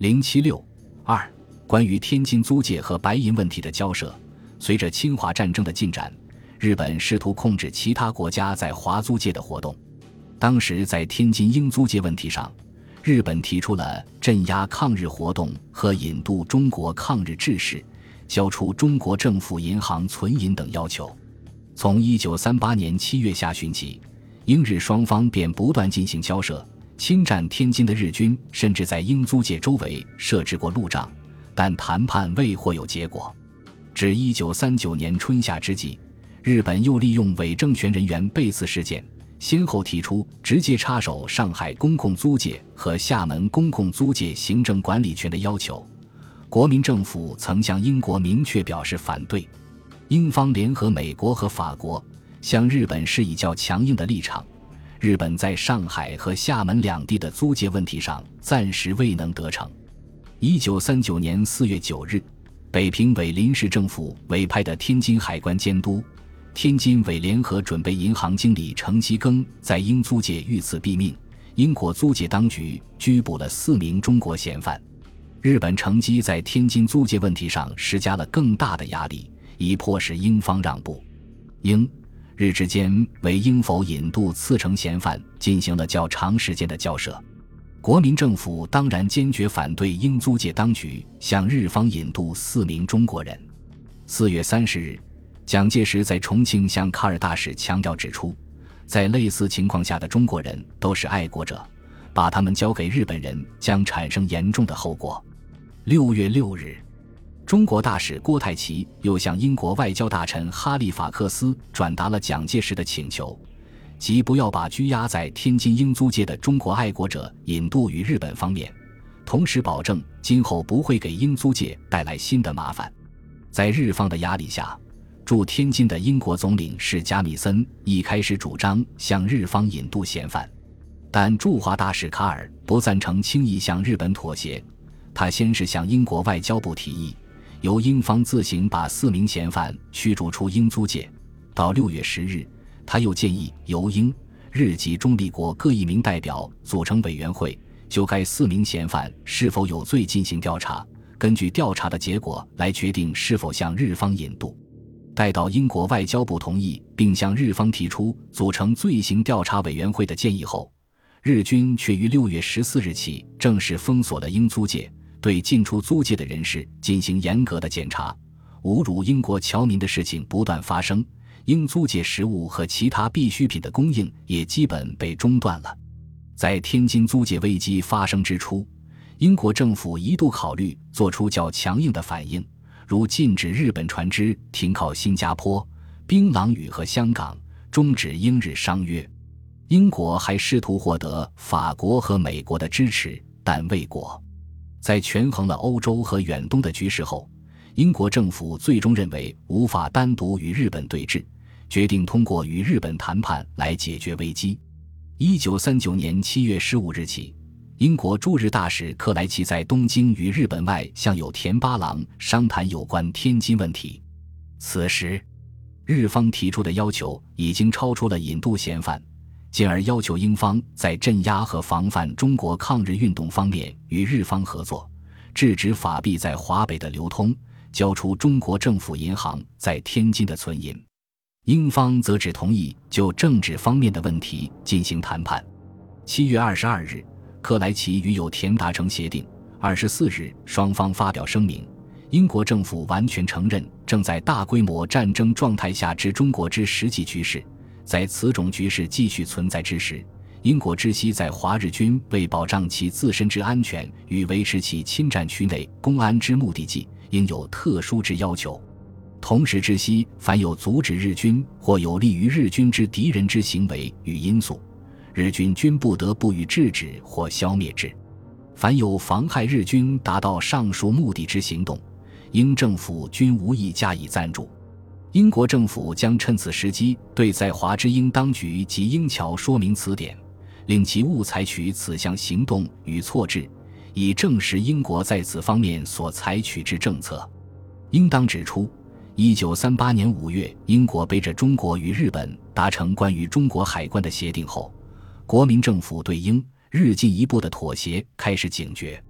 076-2关于天津租界和白银问题的交涉。随着侵华战争的进展，日本试图控制其他国家在华租界的活动。当时在天津英租界问题上，日本提出了镇压抗日活动和引渡中国抗日志士，交出中国政府银行存银等要求。从1938年7月下旬起，英日双方便不断进行交涉。侵占天津的日军甚至在英租界周围设置过路障，但谈判未获有结果。至1939年春夏之际，日本又利用伪政权人员背刺事件，先后提出直接插手上海公共租界和厦门公共租界行政管理权的要求。国民政府曾向英国明确表示反对，英方联合美国和法国向日本示以较强硬的立场。日本在上海和厦门两地的租界问题上暂时未能得逞。1939年4月9日，北平伪临时政府委派的天津海关监督、天津伪联合准备银行经理程其庚在英租界遇刺毙命，英国租界当局拘捕了4名中国嫌犯。日本乘机在天津租界问题上施加了更大的压力，以迫使英方让步。英日之间为应否引渡刺城嫌犯进行了较长时间的交涉。国民政府当然坚决反对英租界当局向日方引渡4名中国人。4月30日，蒋介石在重庆向卡尔大使强调指出，在类似情况下的中国人都是爱国者，把他们交给日本人将产生严重的后果。6月6日，中国大使郭泰祺又向英国外交大臣哈利法克斯转达了蒋介石的请求，即不要把拘押在天津英租界的中国爱国者引渡于日本方面，同时保证今后不会给英租界带来新的麻烦。在日方的压力下，驻天津的英国总领事加米森一开始主张向日方引渡嫌犯，但驻华大使卡尔不赞成轻易向日本妥协。他先是向英国外交部提议，由英方自行把4名嫌犯驱逐出英租界。到6月10日，他又建议由英、日及中立国各1名代表组成委员会，就该4名嫌犯是否有罪进行调查，根据调查的结果来决定是否向日方引渡。待到英国外交部同意并向日方提出组成罪行调查委员会的建议后，日军却于6月14日起正式封锁了英租界，对进出租界的人士进行严格的检查。侮辱英国侨民的事情不断发生，英租界食物和其他必需品的供应也基本被中断了。在天津租界危机发生之初，英国政府一度考虑做出较强硬的反应，如禁止日本船只停靠新加坡、槟榔屿和香港，终止英日商约。英国还试图获得法国和美国的支持，但未果。在权衡了欧洲和远东的局势后，英国政府最终认为无法单独与日本对峙，决定通过与日本谈判来解决危机。1939年7月15日起，英国驻日大使克莱奇在东京与日本外相有田八郎商谈有关天津问题。此时，日方提出的要求已经超出了引渡嫌犯，进而要求英方在镇压和防范中国抗日运动方面与日方合作，制止法币在华北的流通，交出中国政府银行在天津的存银。英方则只同意就政治方面的问题进行谈判。7月22日，克莱奇与有田达成协定。24日，双方发表声明，英国政府完全承认正在大规模战争状态下之中国之实际局势。在此种局势继续存在之时，英国知悉在华日军为保障其自身之安全与维持其侵占区内公安之目的计，应有特殊之要求。同时知悉凡有阻止日军或有利于日军之敌人之行为与因素，日军均不得不予制止或消灭之。凡有妨害日军达到上述目的之行动，英政府均无意加以赞助。英国政府将趁此时机对在华之英当局及英侨说明此点，令其勿采取此项行动与措置，以证实英国在此方面所采取之政策。应当指出，1938年5月英国背着中国与日本达成关于中国海关的协定后，国民政府对英日进一步的妥协开始警觉。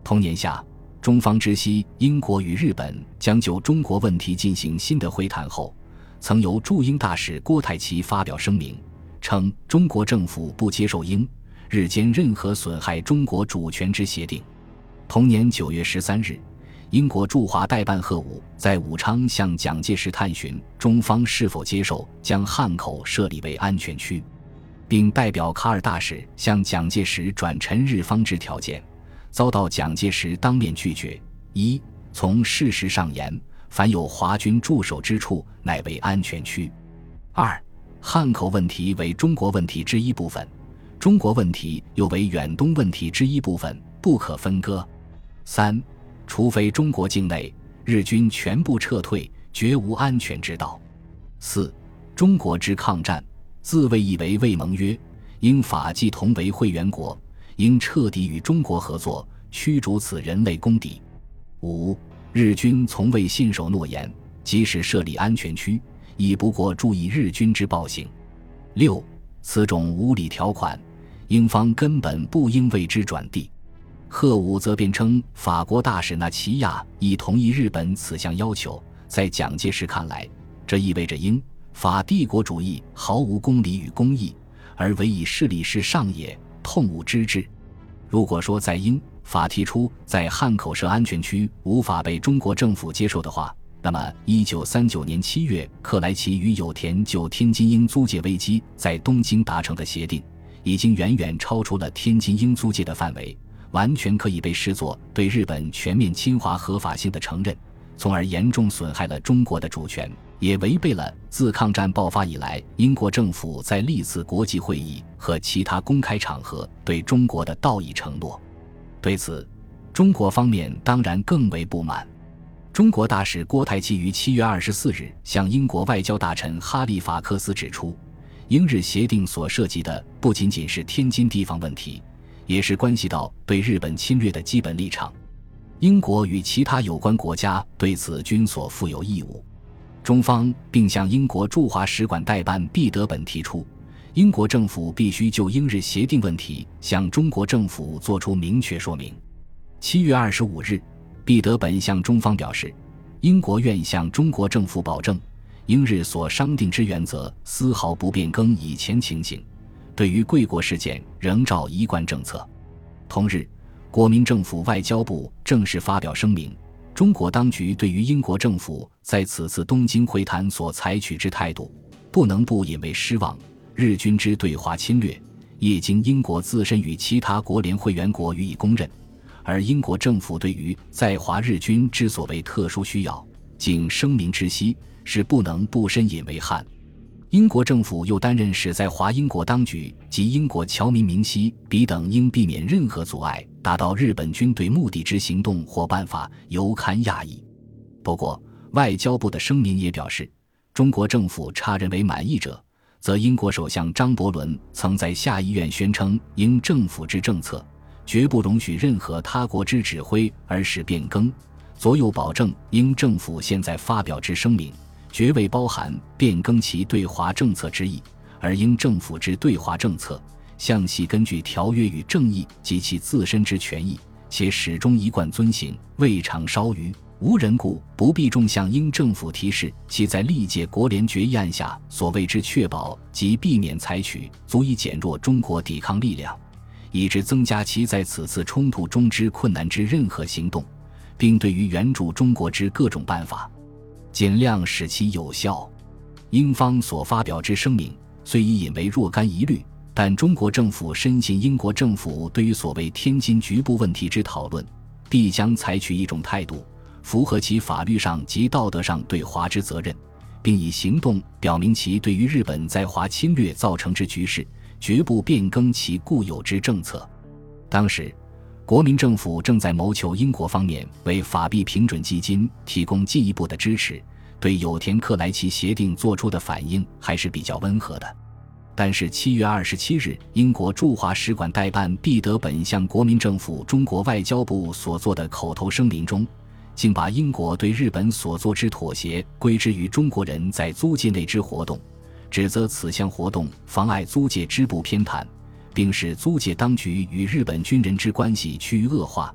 同年夏，中方知悉英国与日本将就中国问题进行新的会谈后，曾由驻英大使郭泰祺发表声明，称中国政府不接受英日间任何损害中国主权之协定。同年9月13日，英国驻华代办贺武在武昌向蒋介石探询中方是否接受将汉口设立为安全区，并代表卡尔大使向蒋介石转陈日方之条件，遭到蒋介石当面拒绝。一、从事实上言，凡有华军驻守之处，乃为安全区。二、汉口问题为中国问题之一部分，中国问题又为远东问题之一部分，不可分割。三、除非中国境内日军全部撤退，绝无安全之道。四、中国之抗战，自卫以为未盟约，英法既同为会员国，应彻底与中国合作，驱逐此人类公敌。五、日军从未信守诺言，即使设立安全区，亦不过注意日军之暴行。六、此种无理条款，英方根本不应为之转递。贺武则辩称，法国大使纳齐亚已同意日本此项要求，在蒋介石看来，这意味着英法帝国主义毫无公理与公义，而唯以势力是上也，痛恶之至。如果说在英法提出在汉口设安全区无法被中国政府接受的话，那么1939年7月克莱奇与有田就天津英租界危机在东京达成的协定，已经远远超出了天津英租界的范围，完全可以被视作对日本全面侵华合法性的承认，从而严重损害了中国的主权，也违背了自抗战爆发以来英国政府在历次国际会议和其他公开场合对中国的道义承诺。对此，中国方面当然更为不满。中国大使郭泰祺于7月24日向英国外交大臣哈利法克斯指出，英日协定所涉及的不仅仅是天津地方问题，也是关系到对日本侵略的基本立场。英国与其他有关国家对此均所负有义务。中方并向英国驻华使馆代办毕德本提出，英国政府必须就英日协定问题向中国政府作出明确说明。7月25日，毕德本向中方表示，英国愿向中国政府保证，英日所商定之原则丝毫不变更以前情形，对于贵国事件仍照一贯政策。同日，国民政府外交部正式发表声明，中国当局对于英国政府在此次东京会谈所采取之态度，不能不引为失望。日军之对华侵略，业经英国自身与其他国联会员国予以公认，而英国政府对于在华日军之所谓特殊需要，竟声明之息，是不能不深引为憾。英国政府又担任使在华英国当局及英国侨民明晰彼等应避免任何阻碍，达到日本军队目的之行动或办法，尤堪讶异。不过，外交部的声明也表示，中国政府差认为满意者，则英国首相张伯伦曾在下议院宣称，英政府之政策绝不容许任何他国之指挥而使变更，左右保证英政府现在发表之声明绝未包含变更其对华政策之意，而英政府之对华政策向系根据条约与正义及其自身之权益，且始终一贯遵行，未尝稍逾，无人故不必重向英政府提示其在历届国联决议案下所谓之确保及避免采取足以减弱中国抵抗力量，以致增加其在此次冲突中之困难之任何行动，并对于援助中国之各种办法尽量使其有效。英方所发表之声明虽已引为若干疑虑，但中国政府深信英国政府对于所谓天津局部问题之讨论，必将采取一种态度，符合其法律上及道德上对华之责任，并以行动表明其对于日本在华侵略造成之局势，绝不变更其固有之政策。当时，国民政府正在谋求英国方面为法币平准基金提供进一步的支持，对有田克莱奇协定做出的反应还是比较温和的。但是7月27日，英国驻华使馆代办毕德本向国民政府中国外交部所做的口头声明中，竟把英国对日本所做之妥协归之于中国人在租界内之活动，指责此项活动妨碍租界之不偏袒，并使租界当局与日本军人之关系趋于恶化，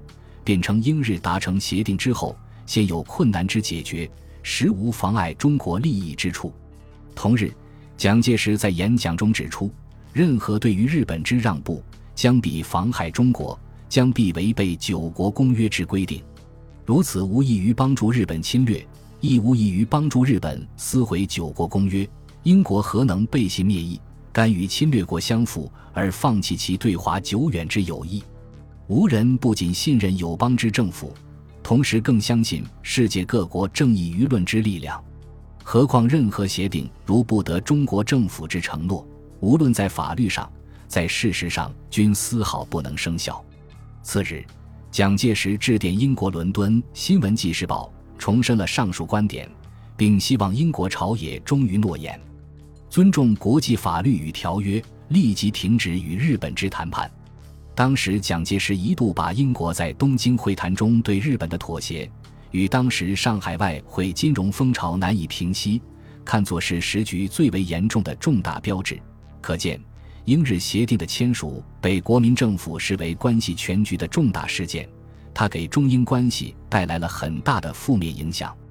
辩称英日达成协定之后，现有困难之解决，实无妨碍中国利益之处。同日，蒋介石在演讲中指出，任何对于日本之让步，将必妨害中国，将必违背九国公约之规定。如此无异于帮助日本侵略，亦无异于帮助日本撕毁九国公约。英国何能背信灭义，甘与侵略国相负，而放弃其对华久远之友谊？吴人不仅信任友邦之政府，同时更相信世界各国正义舆论之力量。何况任何协定如不得中国政府之承诺，无论在法律上在事实上均丝毫不能生效。次日，蒋介石致电英国伦敦新闻纪事报，重申了上述观点，并希望英国朝野忠于诺言，尊重国际法律与条约，立即停止与日本之谈判。当时蒋介石一度把英国在东京会谈中对日本的妥协，与当时上海外汇金融风潮难以平息，看作是时局最为严重的重大标志。可见英日协定的签署被国民政府视为关系全局的重大事件，它给中英关系带来了很大的负面影响。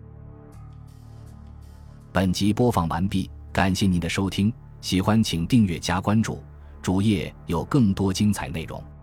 本集播放完毕，感谢您的收听，喜欢请订阅加关注，主页有更多精彩内容。